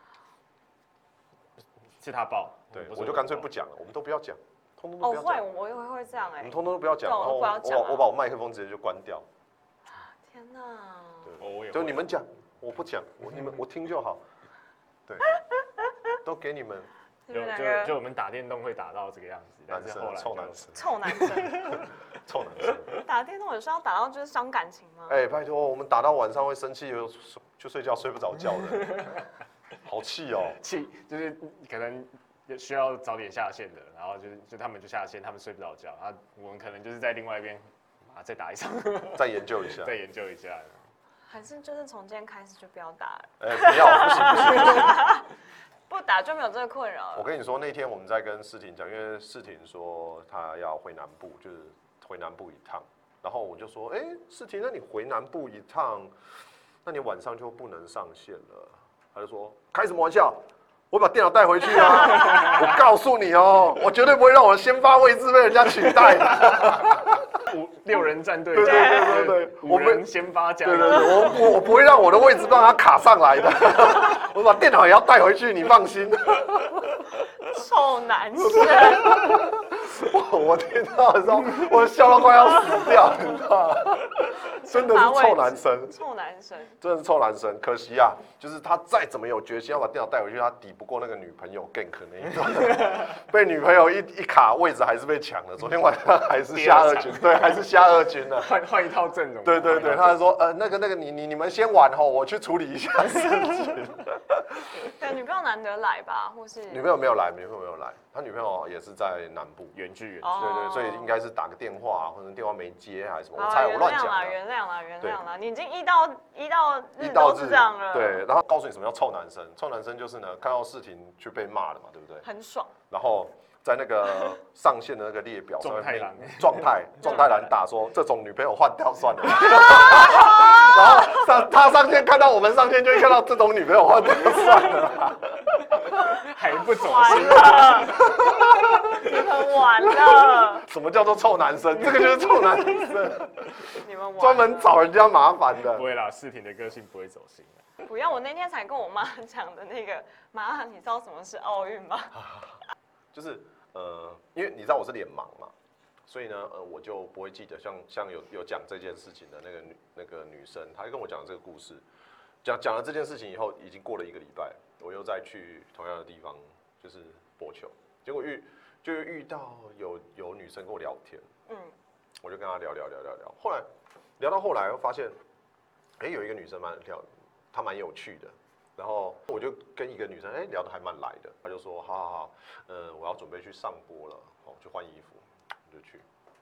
是他爆， 对，我就干脆不讲了，我们都不要讲，通通都不要讲。 哦， 会，我也会会这样哎。 我们通通都不要讲，然后我我把我麦克风直接就关掉。 天哪！ 对，就你们讲。我不讲，我你们我听就好，对，都给你们。 就就就我们打电动会打到这个样子，但是后来臭男生， 臭男生， 臭男生。 打电动有时候打到就是伤感情吗？ 哎，拜托，我们打到晚上会生气，就睡觉睡不着觉的，好气哦。 气就是可能需要早点下线的，然后就是就他们就下线，他们睡不着觉，然后我们可能就是在另外一边啊再打一场， 再研究一下， 再研究一下。 还是就是从今天开始就不要打了。 哎、欸，不要，不行不行， 不打就没有这个困扰了。 我跟你说，那天我们在跟世婷讲，因为世婷说她要回南部，就是回南部一趟，然后我就说，哎、欸，世婷，那你回南部一趟，那你晚上就不能上线了。他就说，开什么玩笑？我把电脑带回去啊！我告诉你哦，我绝对不会让我的先发位置被人家取代的。 五六人战队， 对对对对对， 五人先发加， 对对对，我我不会让我的位置让他卡上来的，我把电脑也要带回去，你放心。 臭男生， 我我听到的时候，我笑到快要死掉，你知道吗？真的是臭男生， 臭男生， 真的是臭男生。可惜啊，就是他再怎么有决心要把电脑带回去，他抵不过那个女朋友 gank 那一段，被女朋友一一卡位置还是被抢了。昨天晚上还是下二军，对，还是下二军呢。 换换一套阵容。 对对对，他说呃那个那个你你你们先玩吼，我去处理一下事情。 对，女朋友难得来吧，或是女朋友没有来，女朋友没有来，他女朋友也是在南部远距远距， 对对，所以应该是打个电话，或者电话没接还是什么，我猜我乱讲了。原谅了，原谅了，你已经一到一到日都是这样了。 对，然后告诉你什么叫臭男生，臭男生就是呢，看到事情去被骂了嘛，对不对？ 很爽。 然后在那个上线的那个列表上面， 状态栏状态状态栏打说这种女朋友换掉算了。然后上他上线看到我们上线就会看到这种女朋友换掉算了。 还不走心了，你们完了。 什么叫做臭男生？这个就是臭男生。 你们专门找人家麻烦的。 不会啦，世婷的个性不会走心。 不要，我那天才跟我妈讲的那个，妈，你知道什么是奥运吗？ 就是呃，因为你知道我是脸盲嘛，所以呢，呃，我就不会记得像像有有讲这件事情的那个女那个女生，她就跟我讲这个故事，讲讲了这件事情以后，已经过了一个礼拜，我又再去同样的地方，就是播球，结果遇就遇到有有女生跟我聊天，嗯，我就跟她聊聊聊聊聊，后来聊到后来，我发现，哎、欸，有一个女生蛮聊，她蛮有趣的。然后我就跟一个女生，哎、欸，聊得还蛮来的。她就说，好好好，呃，我要准备去上播了，好，去换衣服，我就去。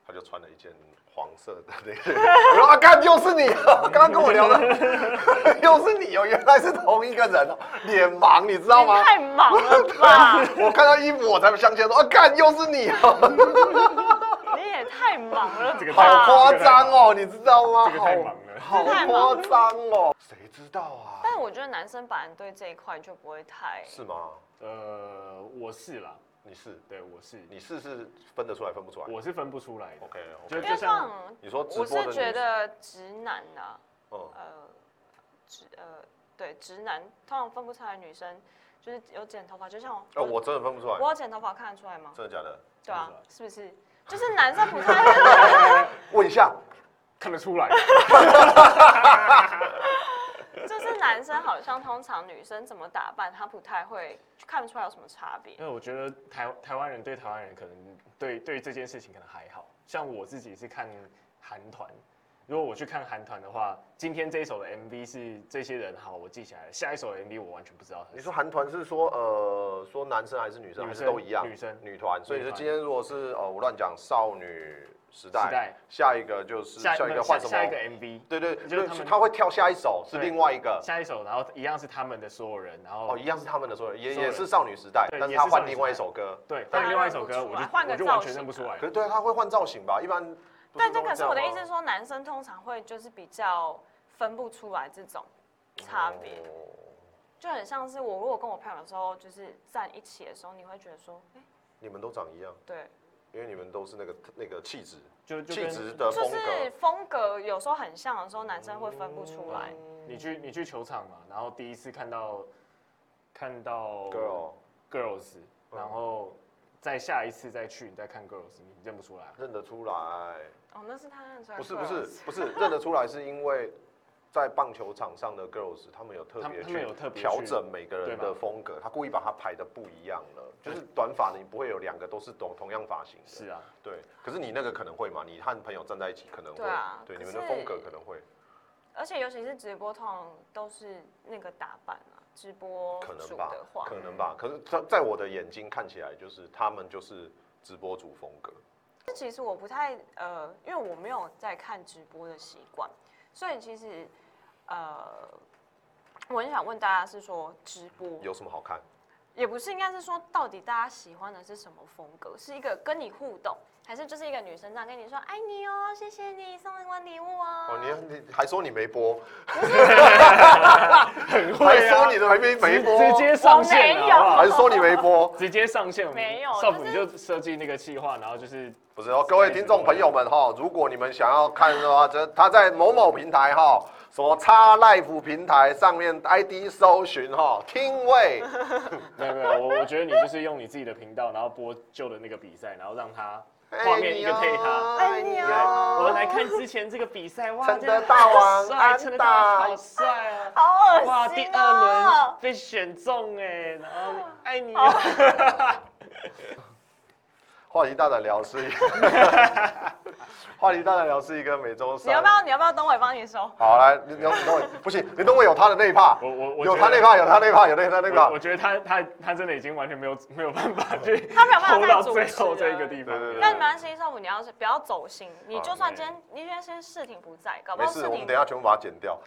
他就穿了一件黄色的那个，我说啊，干又是你哦，刚刚跟我聊的又是你哦，原来是同一个人哦，脸盲你知道吗？ 你太忙了吧！ 我看到衣服我才相信说啊，干又是你哦， 你也太忙了吧！ 这个好夸张哦，你知道吗？ 这个太忙了， 好夸张哦，谁知道啊？ 但我觉得男生本来对这一块就不会太是吗？ 呃，我是啦， 你是？ 对，我是， 你是是分得出来分不出来？ 我是分不出来的。 OK，, okay. 就因为就像你说直我播的是觉得直男啊， 嗯呃，直呃对直男通常分不出来，女生就是有剪头发，就像我， 哦，我真的分不出来。 我有剪头发看得出来吗？ 真的假的？ 对啊，是不是？就是男生不太， 问一下， 看得出来。 就是男生好像通常女生怎么打扮，他不太会看不出来有什么差别。 因为我觉得台台湾人对台湾人可能对对这件事情可能还好，像我自己是看韩团，如果我去看韩团的话，今天这一首的 M V 是这些人好，我记起来了，下一首的 M V 我完全不知道。 你说韩团是说呃说男生还是女生， 女生还是都一样？ 女生女团，所以女团是今天如果是呃我乱讲少女时代， 时代下一个就是下下一个换什么？ 下一个 M V， 对对， 就是他们他会跳下一首是对另外一个。 下一首，然后一样是他们的所有人，然后哦，一样是他们的所有人，也所有人也是少女时代， 对但是也是少女他换另外一时代首歌。 对， 但换另外一首歌， 认不出来我就换个我就完造型全认不出来。 可是对他会换造型吧？一般不是但这可是我的都会这样吗意思是说，男生通常会就是比较分不出来这种差别， 哦就很像是我如果跟我朋友的时候，就是站一起的时候，你会觉得说，哎、 你们都长一样， 对， 因为你们都是那个那个气质， 就就跟气质的就是风格。 风格有时候很像的时候，男生会分不出来。 你去你去球场嘛，然后第一次看到看到 Girl girls， 嗯然后再下一次再去你再看 girls，你认不出来。 认得出来， 哦，那是他认出来。 不是不是不是认得出来，是因为在棒球场上的 girls， 他们有特他们他别去们有特别去调整每个人对吗的风格，他故意把它排的不一样了。就是短发的，你不会有两个都是同同样发型的。 是啊， 对，可是你那个可能会嘛？你和朋友站在一起可能会， 对啊对， 可是你们的风格可能会， 而且尤其是直播，通常都是那个打扮啊，直播主可能吧的话， 可能吧。可是在在我的眼睛看起来，就是他们就是直播主风格。 其实我不太呃，因为我没有在看直播的习惯，所以其实呃，我很想问大家是说直播有什么好看？ 也不是，应该是说到底大家喜欢的是什么风格？是一个跟你互动，还是就是一个女生这样跟你说爱你哦，谢谢你送我礼物哦？ 哦，你你还说你没播， 很还会啊， 说你的还没没播， 直接上线了， 我没有好不好还说你没播， 直接上线， 没有少就是辅你就设计那个企划，然后就是不是哦，各位听众朋友们哈，如果你们想要看的话，这他在某某平台哈，什么叉 Life 平台上面 I D 搜寻哈，听位， 没有没有，我我觉得你就是用你自己的频道，然后播旧的那个比赛，然后让它画面一个配它。 爱你对， 哦， 我们来看之前这个比赛，哇， 陈德真的大王好帅， 安陈德大王打好帅啊！ 好恶心哦！ 哇，第二轮被选中哎，然后爱你啊！ 话题大胆聊是一个，话题大胆聊是一个每周三。 你要不要？你要不要等我帮你收？ 好，来，你你等我，不行，你等我有他的那一趴， 我我我有觉得他那趴，有他那趴，有那他那趴我我。觉得他他他真的已经完全没有没有办法去他没有办法 hold 到再主最后持了这一个地方。 对对对但没关系，少辅，你要是不要走心，你就算对今天，你今天先事情不在，搞不没事， 好事情我们等一下全部把它剪掉。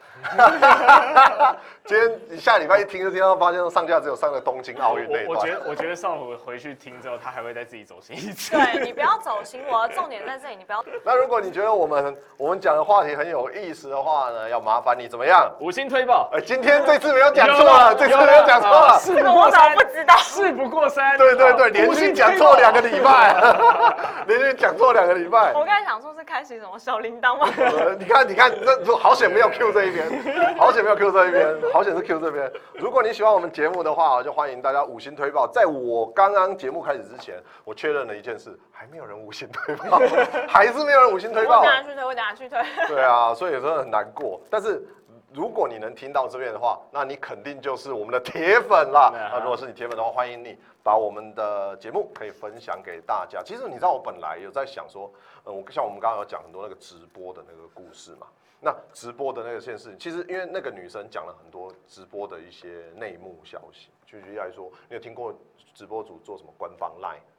今天你下礼拜一听就听到，发现上架只有上了东京奥运那一我我觉段。 得我觉得少辅回去听之后，他还会再自己走心一次。 对你不要走心，我的重点在这里，你不要。 那如果你觉得我们我们讲的话题很有意思的话呢，要麻烦你怎么样？ 五星推爆， 哎，今天这次没有讲错了，这次没有讲错了。 事这个我怎么不知道？ 事不过三。 对对对，连五星续讲错两个礼拜，连续讲错两个礼拜。 我刚才想说是开启什么小铃铛吗？ 呃你看，你看，这好险没有 Q 这一边，好险没有 Q 这一边，好险是 Q 这边。如果你喜欢我们节目的话，就欢迎大家五星推爆。在我刚刚节目开始之前，我确认了一件事，还没有人五星推爆，还是没有人五星推我爆等。下去推，我等下去推。 对啊，所以有时候很难过。但是如果你能听到这边的话，那你肯定就是我们的铁粉啦。 对啊那如果是你铁粉的话，欢迎你把我们的节目可以分享给大家。其实你知道，我本来有在想说，呃，我像我们刚刚有讲很多那个直播的那个故事嘛。那直播的那个件事，其实因为那个女生讲了很多直播的一些内幕消息。举例来说，你有听过直播主做什么官方 Line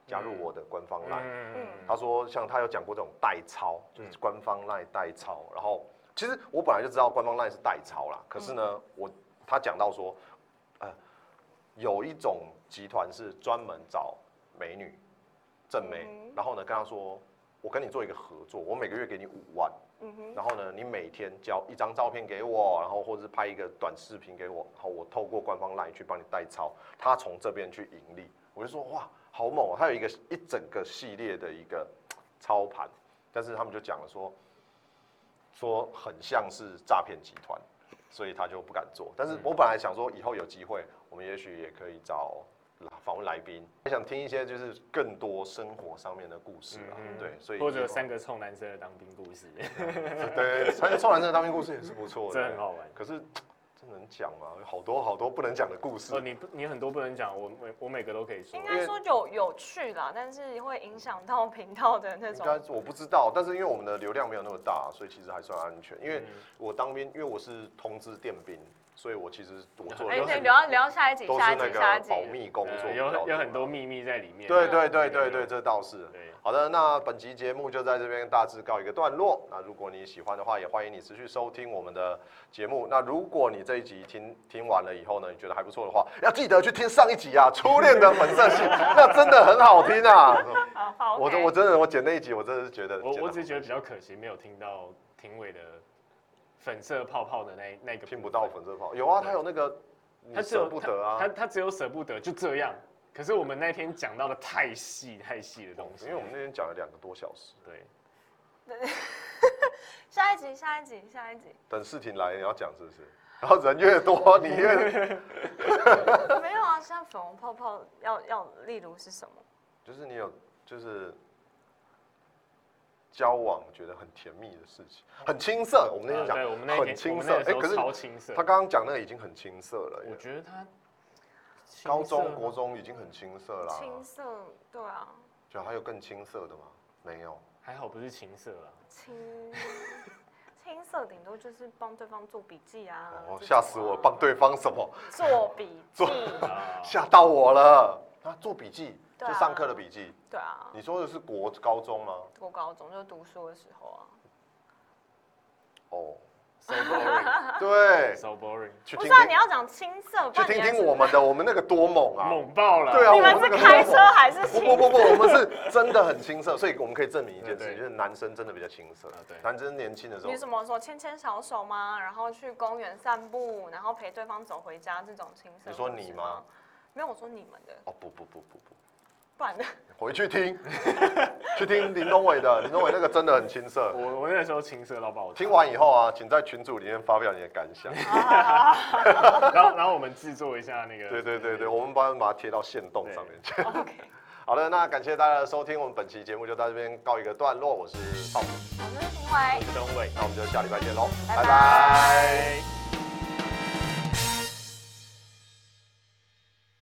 加入我的官方 LINE。 嗯， 他说像他有讲过这种代操，就是官方 LINE 代操，然后其实我本来就知道官方 LINE 是代操啦，可是呢，嗯、我他讲到说，呃，有一种集团是专门找美女正妹，嗯、然后呢跟他说，我跟你做一个合作，我每个月给你五万。嗯、然后呢，你每天交一张照片给我，然后或者是拍一个短视频给我，然后我透过官方 LINE 去帮你代操，他从这边去盈利。我就说哇，好猛啊！他有一个一整个系列的一个操盘，但是他们就讲了说，说很像是诈骗集团，所以他就不敢做。但是我本来想说，以后有机会，我们也许也可以找访问来宾，想听一些就是更多生活上面的故事啊，嗯、对，所以或者三个臭男生的当兵故事， 对，三个臭男生的当兵故事也是不错的， 这很好玩。 可是这能讲吗？好多好多不能讲的故事。 哦，你你很多不能讲，我每我每个都可以说。 应该说有有趣啦，但是会影响到频道的那种。 应该我不知道，但是因为我们的流量没有那么大，所以其实还算安全。因为我当兵，因为我是通知电兵。所以我其实我做的哎，对，聊聊下一集， 都是那个保密工作， 有有很多秘密在里面。 对对对对对，这倒是。好的，那本期节目就在这边大致告一个段落。那如果你喜欢的话，也欢迎你持续收听我们的节目。那如果你这一集听听完了以后呢，你觉得还不错的话，要记得去听上一集啊，《初恋的粉色系》，那真的很好听啊。 好， 我我真的我剪那一集，我真的是觉得， 我我只是觉得比较可惜，没有听到庭伟的。粉色泡泡的那那个听不到粉色泡，有啊，他有那个，他舍不得啊， 他他只有舍不得，就这样。可是我们那天讲到的太细太细的东西， 因为我们那天讲了两个多小时。 对， 对，下一集，下一集，下一集。 等世婷来，你要讲是不是？然后人越多，你越没有啊，像粉红泡泡要要，例如是什么？ 就是你有就是。交往觉得很甜蜜的事情，很青涩。我们那天讲， 对，我们那很青涩。哎， 可是超青涩。 他刚刚讲那个已经很青涩了。 我觉得他高中、国中已经很青涩啦。 青涩，对啊。 就还有更青涩的吗？没有。 还好不是青涩啦。 青青涩顶多就是帮对方做笔记啊。 哦，吓死我！帮对方什么？ 做笔记。 吓到我了。啊，做笔记。就上课的笔记， 对啊。 你说的是国高中吗？ 国高中就读书的时候啊。 哦 ，so boring， 对 ，so boring。 不是啊，你要讲青涩， 去听听我们的，我们那个多猛啊， 猛爆了。 对啊， 你们是开车还是青涩？ 不不不不，我们是真的很青涩，所以我们可以证明一件事，就是男生真的比较青涩。对，男生年轻的时候。 你什么说牵牵小手吗？然后去公园散步，然后陪对方走回家这种青涩。 你说你吗？ 没有，我说你们的。 哦不不不不不。 不然的， 回去听，去听林东伟的，林东伟那个真的很青涩。 我我那时候青涩到爆。 听完以后啊，请在群组里面发表你的感想。 然后然后我们制作一下那个。 对对对对，我们把把它贴到限动上面去。 OK。 好的，那感谢大家的收听，我们本期节目就到这边告一个段落。我是邵， 我是评委， 我是东伟， 那我们就下礼拜见喽， 拜拜。